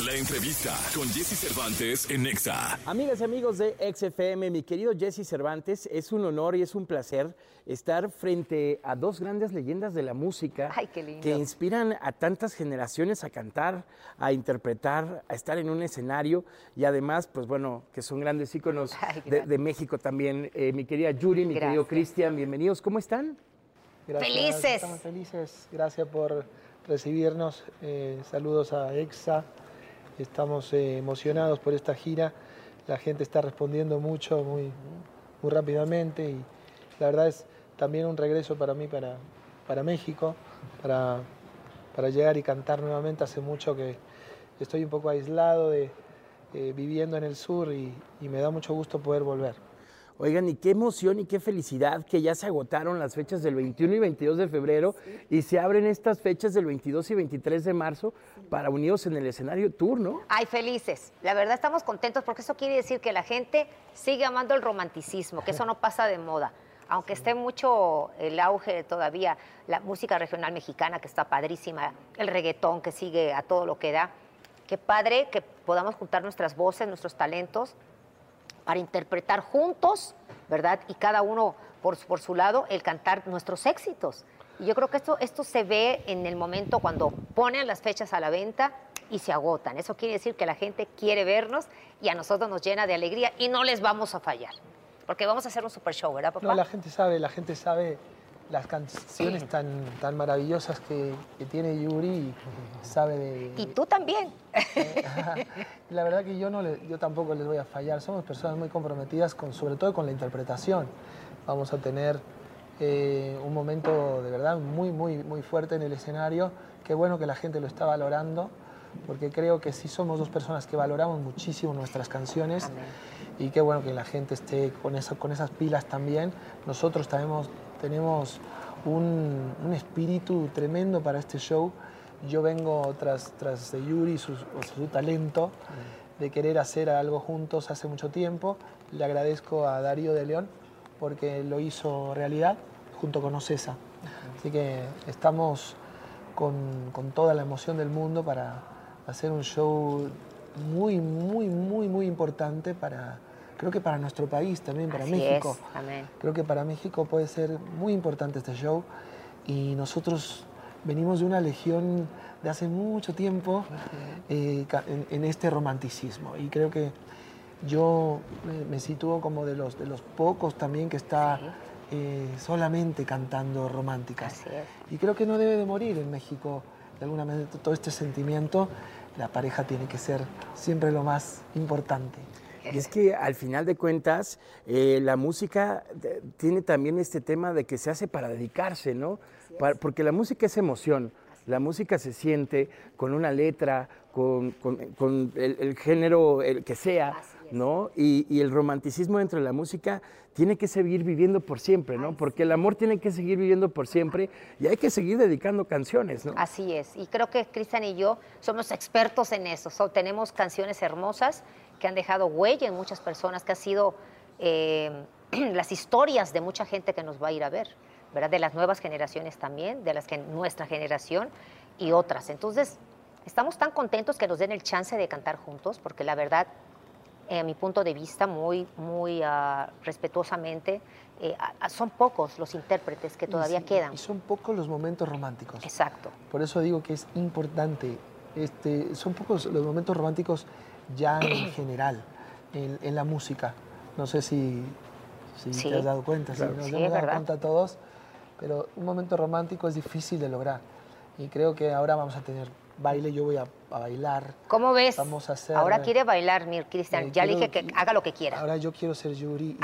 La entrevista con Jesse Cervantes en Nexa. Amigas y amigos de XFM, mi querido Jesse Cervantes, es un honor y es un placer estar frente a dos grandes leyendas de la música. Ay, qué lindo. Que inspiran a tantas generaciones a cantar, a interpretar, a estar en un escenario y además, pues bueno, que son grandes íconos de México también. Mi querida Yuri, mi querido Cristian, bienvenidos. ¿Cómo están? Gracias, ¡Felices! Estamos felices. Gracias por recibirnos. Saludos a EXA. Estamos emocionados por esta gira. La gente está respondiendo mucho, muy rápidamente. Y la verdad es también un regreso para mí, para México, para llegar y cantar nuevamente. Hace mucho que estoy un poco aislado, viviendo en el sur y me da mucho gusto poder volver. Oigan, y qué emoción y qué felicidad que ya se agotaron las fechas del 21 y 22 de febrero y se abren estas fechas del 22 y 23 de marzo para Unidos en el Escenario Tour, ¿no? Ay, felices. La verdad estamos contentos porque eso quiere decir que la gente sigue amando el romanticismo, que eso no pasa de moda. Aunque esté mucho el auge todavía, la música regional mexicana que está padrísima, el reggaetón que sigue a todo lo que da. Qué padre que podamos juntar nuestras voces, nuestros talentos, para interpretar juntos, ¿verdad? Y cada uno por su lado, el cantar nuestros éxitos. Y yo creo que esto se ve en el momento cuando ponen las fechas a la venta y se agotan. Eso quiere decir que la gente quiere vernos y a nosotros nos llena de alegría y no les vamos a fallar. Porque vamos a hacer un super show, ¿verdad, papá? No, la gente sabe las canciones tan maravillosas que tiene Yuri y sabe de... Y tú también. La verdad que yo tampoco les voy a fallar. Somos personas muy comprometidas, sobre todo con la interpretación. Vamos a tener un momento de verdad muy fuerte en el escenario. Qué bueno que la gente lo está valorando, porque creo que sí somos dos personas que valoramos muchísimo nuestras canciones. Amén. Y qué bueno que la gente esté con esas pilas también. Nosotros tenemos un espíritu tremendo para este show. Yo vengo tras de Yuri, su talento, de querer hacer algo juntos hace mucho tiempo. Le agradezco a Darío de León porque lo hizo realidad junto con Ocesa. Así que estamos con toda la emoción del mundo para hacer un show muy importante creo que para nuestro país también, para México. Amén. Creo que para México puede ser muy importante este show y nosotros venimos de una legión de hace mucho tiempo en este romanticismo y creo que yo me sitúo como de los pocos también que está solamente cantando románticas. Así es. Y creo que no debe de morir en México de alguna manera todo este sentimiento. La pareja tiene que ser siempre lo más importante. Y es que al final de cuentas, la música tiene también este tema de que se hace para dedicarse, ¿no? Porque la música es emoción, la música se siente con una letra, con el género el que sea, ¿no? Y el romanticismo dentro de la música tiene que seguir viviendo por siempre, ¿no? Porque el amor tiene que seguir viviendo por siempre y hay que seguir dedicando canciones, ¿no? Así es, y creo que Cristian y yo somos expertos en eso. Tenemos canciones hermosas que han dejado huella en muchas personas, que ha sido las historias de mucha gente que nos va a ir a ver, ¿verdad? De las nuevas generaciones también, de las que nuestra generación y otras. Entonces, estamos tan contentos que nos den el chance de cantar juntos, porque la verdad, a mi punto de vista, muy respetuosamente, son pocos los intérpretes que todavía quedan. Y son pocos los momentos románticos. Exacto. Por eso digo que es importante. Son pocos los momentos románticos ya en general, en la música. No sé si sí, te has dado cuenta, claro. Si nos hemos dado cuenta todos, pero un momento romántico es difícil de lograr. Y creo que ahora vamos a tener baile, yo voy a bailar. ¿Cómo ves? Vamos a hacer, ahora quiere bailar, mi Cristian. Ya le dije que haga lo que quiera. Ahora yo quiero ser Yuri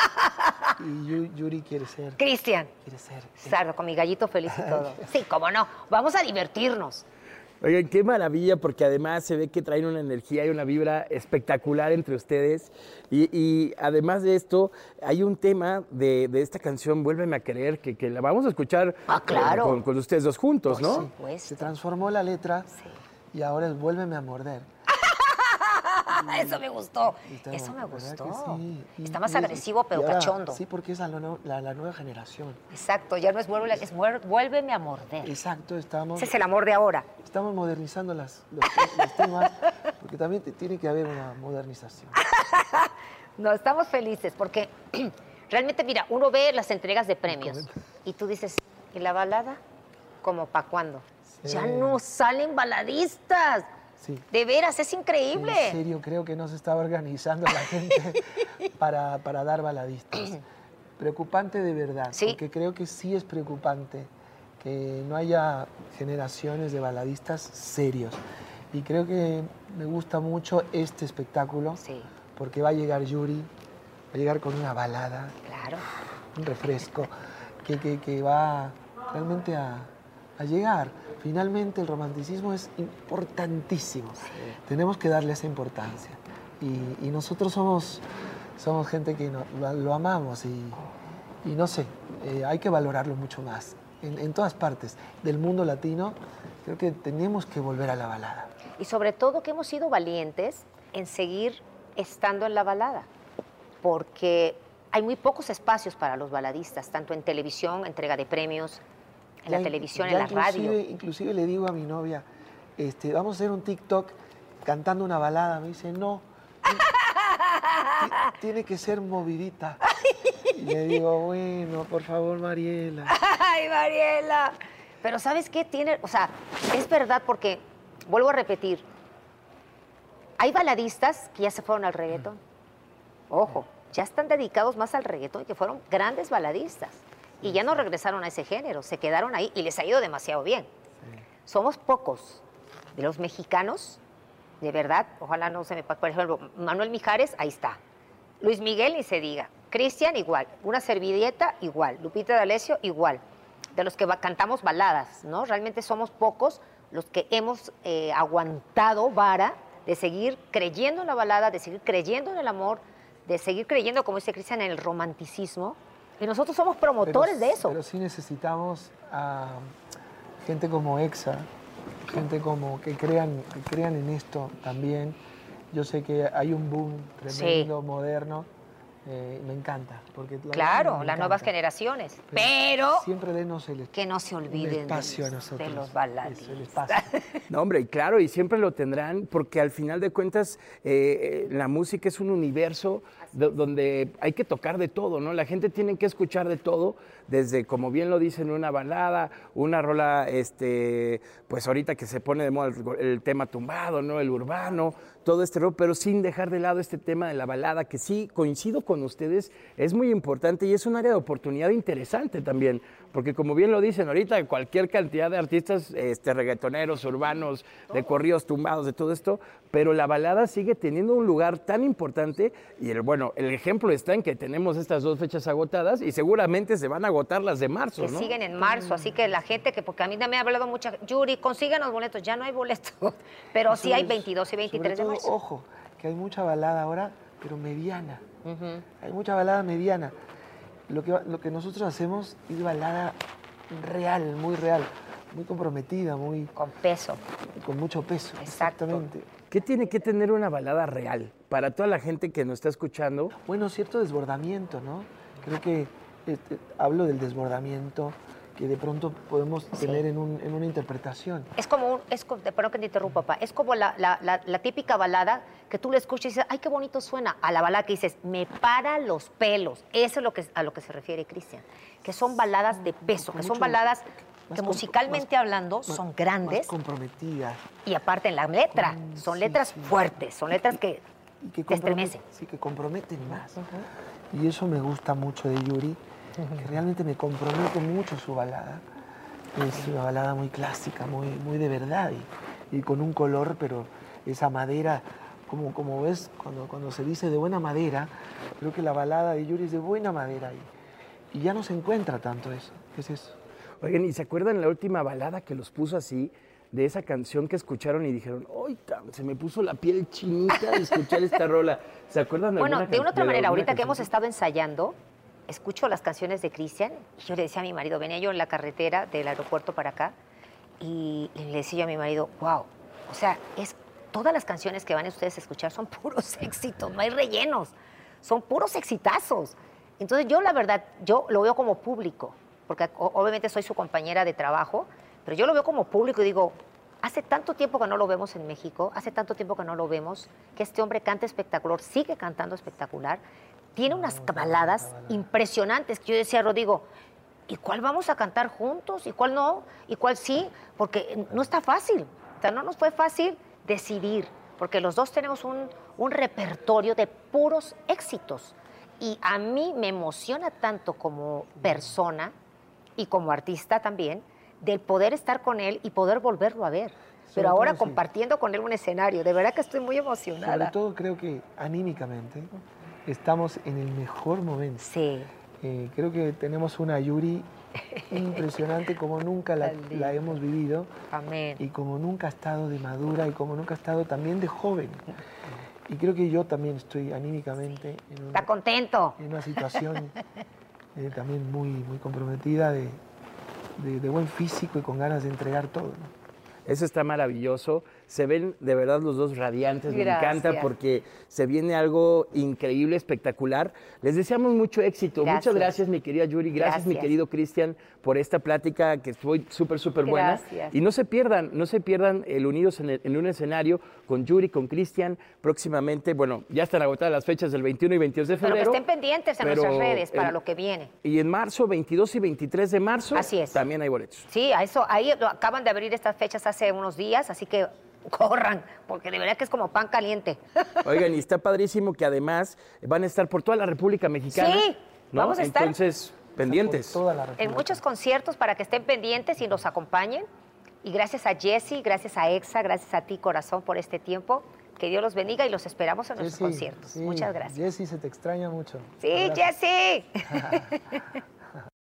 y Yuri quiere ser... Cristian. Quiere ser... Sardo, con mi gallito feliz y todo. Sí, cómo no. Vamos a divertirnos. Oigan, qué maravilla, porque además se ve que traen una energía y una vibra espectacular entre ustedes. Y además de esto, hay un tema de esta canción, Vuélveme a querer, que la vamos a escuchar claro. con ustedes dos juntos, pues ¿no? Sí. Se transformó la letra y ahora es Vuélveme a morder. Eso me gustó. Eso me gustó. Sí. Está más agresivo, pero ahora, cachondo. Sí, porque es la nueva generación. Exacto, ya no es vuélveme a morder. Exacto, ese es el amor de ahora. Estamos modernizando los temas, porque también tiene que haber una modernización. No, estamos felices porque realmente, mira, uno ve las entregas de premios y tú dices, ¿y la balada? ¿Cómo para cuándo? Sí. Ya no salen baladistas. Sí. De veras, es increíble. En serio, creo que no se está organizando la gente para dar baladistas. Preocupante de verdad, Sí. porque creo que sí es preocupante que no haya generaciones de baladistas serios. Y creo que me gusta mucho este espectáculo, Sí, porque va a llegar Yuri, va a llegar con una balada, claro. un refresco, que va realmente a llegar. Finalmente el romanticismo es importantísimo. Tenemos que darle esa importancia. Y nosotros somos gente que lo amamos y no sé, hay que valorarlo mucho más. En todas partes del mundo latino creo que tenemos que volver a la balada. Y sobre todo que hemos sido valientes en seguir estando en la balada, porque hay muy pocos espacios para los baladistas, tanto en televisión, entrega de premios, en la televisión, en la radio. Inclusive le digo a mi novia, vamos a hacer un TikTok cantando una balada. Me dice, no, tiene que ser movidita. Y le digo, bueno, por favor, Mariela. ¡Ay, Mariela! Pero ¿sabes qué tiene? O sea, es verdad porque, vuelvo a repetir, hay baladistas que ya se fueron al reggaetón. Ojo, ya están dedicados más al reggaetón y que fueron grandes baladistas. Y ya no regresaron a ese género, se quedaron ahí y les ha ido demasiado bien. Sí. Somos pocos de los mexicanos, de verdad, ojalá no se me pase, por ejemplo, Manuel Mijares, ahí está. Luis Miguel, ni se diga. Cristian, igual. Una Servilleta, igual. Lupita D'Alessio, igual. De los que cantamos baladas, ¿no? Realmente somos pocos los que hemos aguantado vara de seguir creyendo en la balada, de seguir creyendo en el amor, de seguir creyendo, como dice Cristian, en el romanticismo. Y nosotros somos promotores de eso. Pero sí necesitamos a gente como Exa, gente como que crean en esto también. Yo sé que hay un boom tremendo, sí, moderno. Me encanta. Porque claro, las nuevas generaciones. Pero siempre denos que no se olviden espacio a nosotros, de los baladistas. El espacio. No, hombre, y claro, y siempre lo tendrán, porque al final de cuentas la música es un universo donde hay que tocar de todo, ¿no? La gente tiene que escuchar de todo, desde, como bien lo dicen, una balada, una rola, pues ahorita que se pone de moda el tema tumbado, ¿no? El urbano, todo este rol, pero sin dejar de lado este tema de la balada, que sí, coincido con ustedes, es muy importante y es un área de oportunidad interesante también, porque como bien lo dicen ahorita, cualquier cantidad de artistas reggaetoneros, urbanos, de corridos tumbados, de todo esto, pero la balada sigue teniendo un lugar tan importante y el ejemplo está en que tenemos estas 2 fechas agotadas y seguramente se van a agotar las de marzo, que ¿no? Siguen en marzo, así que la gente porque a mí me ha hablado mucha, Yuri, consíganos boletos, ya no hay boletos, pero sí hay 22 y 23 de marzo. Ojo, que hay mucha balada ahora, pero mediana. Hay mucha balada mediana. Lo que nosotros hacemos es balada real, muy comprometida, muy... Con peso. Con mucho peso, exacto. Exactamente. ¿Qué tiene que tener una balada real para toda la gente que nos está escuchando? Bueno, cierto desbordamiento, ¿no? Creo que hablo del desbordamiento que de pronto podemos tener en una interpretación. Perdón que te interrumpa, papá, es como la típica balada que tú le escuchas y dices, ay, qué bonito suena, a la balada que dices, me para los pelos. Eso es a lo que se refiere Cristian, que son baladas de peso, que son baladas que musicalmente hablando son grandes. Más comprometidas. Y aparte en la letra, son letras fuertes, son letras que te estremecen. Sí, que comprometen más. Y eso me gusta mucho de Yuri, que realmente me compromete mucho su balada. Es una balada muy clásica, muy de verdad y con un color, pero esa madera, como ves, cuando se dice de buena madera, creo que la balada de Yuri es de buena madera y ya no se encuentra tanto eso. ¿Qué es eso? Oigan, ¿y se acuerdan la última balada que los puso así, de esa canción que escucharon y dijeron, ¡ay, se me puso la piel chinita de escuchar esta rola! ¿Se acuerdan de Bueno, de una otra manera, ahorita que canción? hemos estado ensayando, escucho las canciones de Cristian y yo le decía a mi marido, venía yo en la carretera del aeropuerto para acá y le decía yo a mi marido, wow, o sea, todas las canciones que van ustedes a escuchar son puros éxitos, no hay rellenos, son puros exitazos. Entonces yo, la verdad, yo lo veo como público, porque obviamente soy su compañera de trabajo, pero yo lo veo como público y digo, Hace tanto tiempo que no lo vemos en México, hace tanto tiempo que no lo vemos, que este hombre canta espectacular, sigue cantando espectacular, tiene unas baladas impresionantes que yo decía, Rodrigo, ¿y cuál vamos a cantar juntos? ¿Y cuál no? ¿Y cuál sí? Porque no está fácil, o sea, no nos fue fácil decidir, porque los dos tenemos un repertorio de puros éxitos. Y a mí me emociona tanto como persona y como artista también, del poder estar con él y poder volverlo a ver. Pero ahora compartiendo con él un escenario, de verdad que estoy muy emocionada. Sobre todo creo que anímicamente estamos en el mejor momento. Sí. Creo que tenemos una Yuri impresionante como nunca la hemos vivido. Amén. Y como nunca ha estado de madura y como nunca ha estado también de joven. Y creo que yo también estoy anímicamente ¿Está contento? En una situación también muy comprometida de buen físico y con ganas de entregar todo, ¿no? Eso está maravilloso. Se ven de verdad los dos radiantes. Gracias. Me encanta porque se viene algo increíble, espectacular. Les deseamos mucho éxito. Gracias. Muchas gracias, mi querida Yuri. Gracias, mi querido Cristian, por esta plática que fue súper buena. Gracias. Y no se pierdan el Unidos en un escenario con Yuri, con Cristian. Próximamente, bueno, ya están agotadas las fechas del 21 y 22 de febrero. Pero que estén pendientes en nuestras redes para lo que viene. Y en marzo, 22 y 23 de marzo, Así es. también hay boletos. Sí, ahí acaban de abrir estas fechas hace unos días, así que corran, porque de verdad que es como pan caliente. Oigan, y está padrísimo que además van a estar por toda la República Mexicana. Sí, ¿no? vamos a estar. Entonces, pendientes. Por toda la República. En muchos conciertos para que estén pendientes y nos acompañen. Y gracias a Jessy, gracias a Exa, gracias a ti, corazón, por este tiempo. Que Dios los bendiga y los esperamos en nuestros conciertos. Sí, Muchas gracias. Jessy, se te extraña mucho. Sí, Jessy.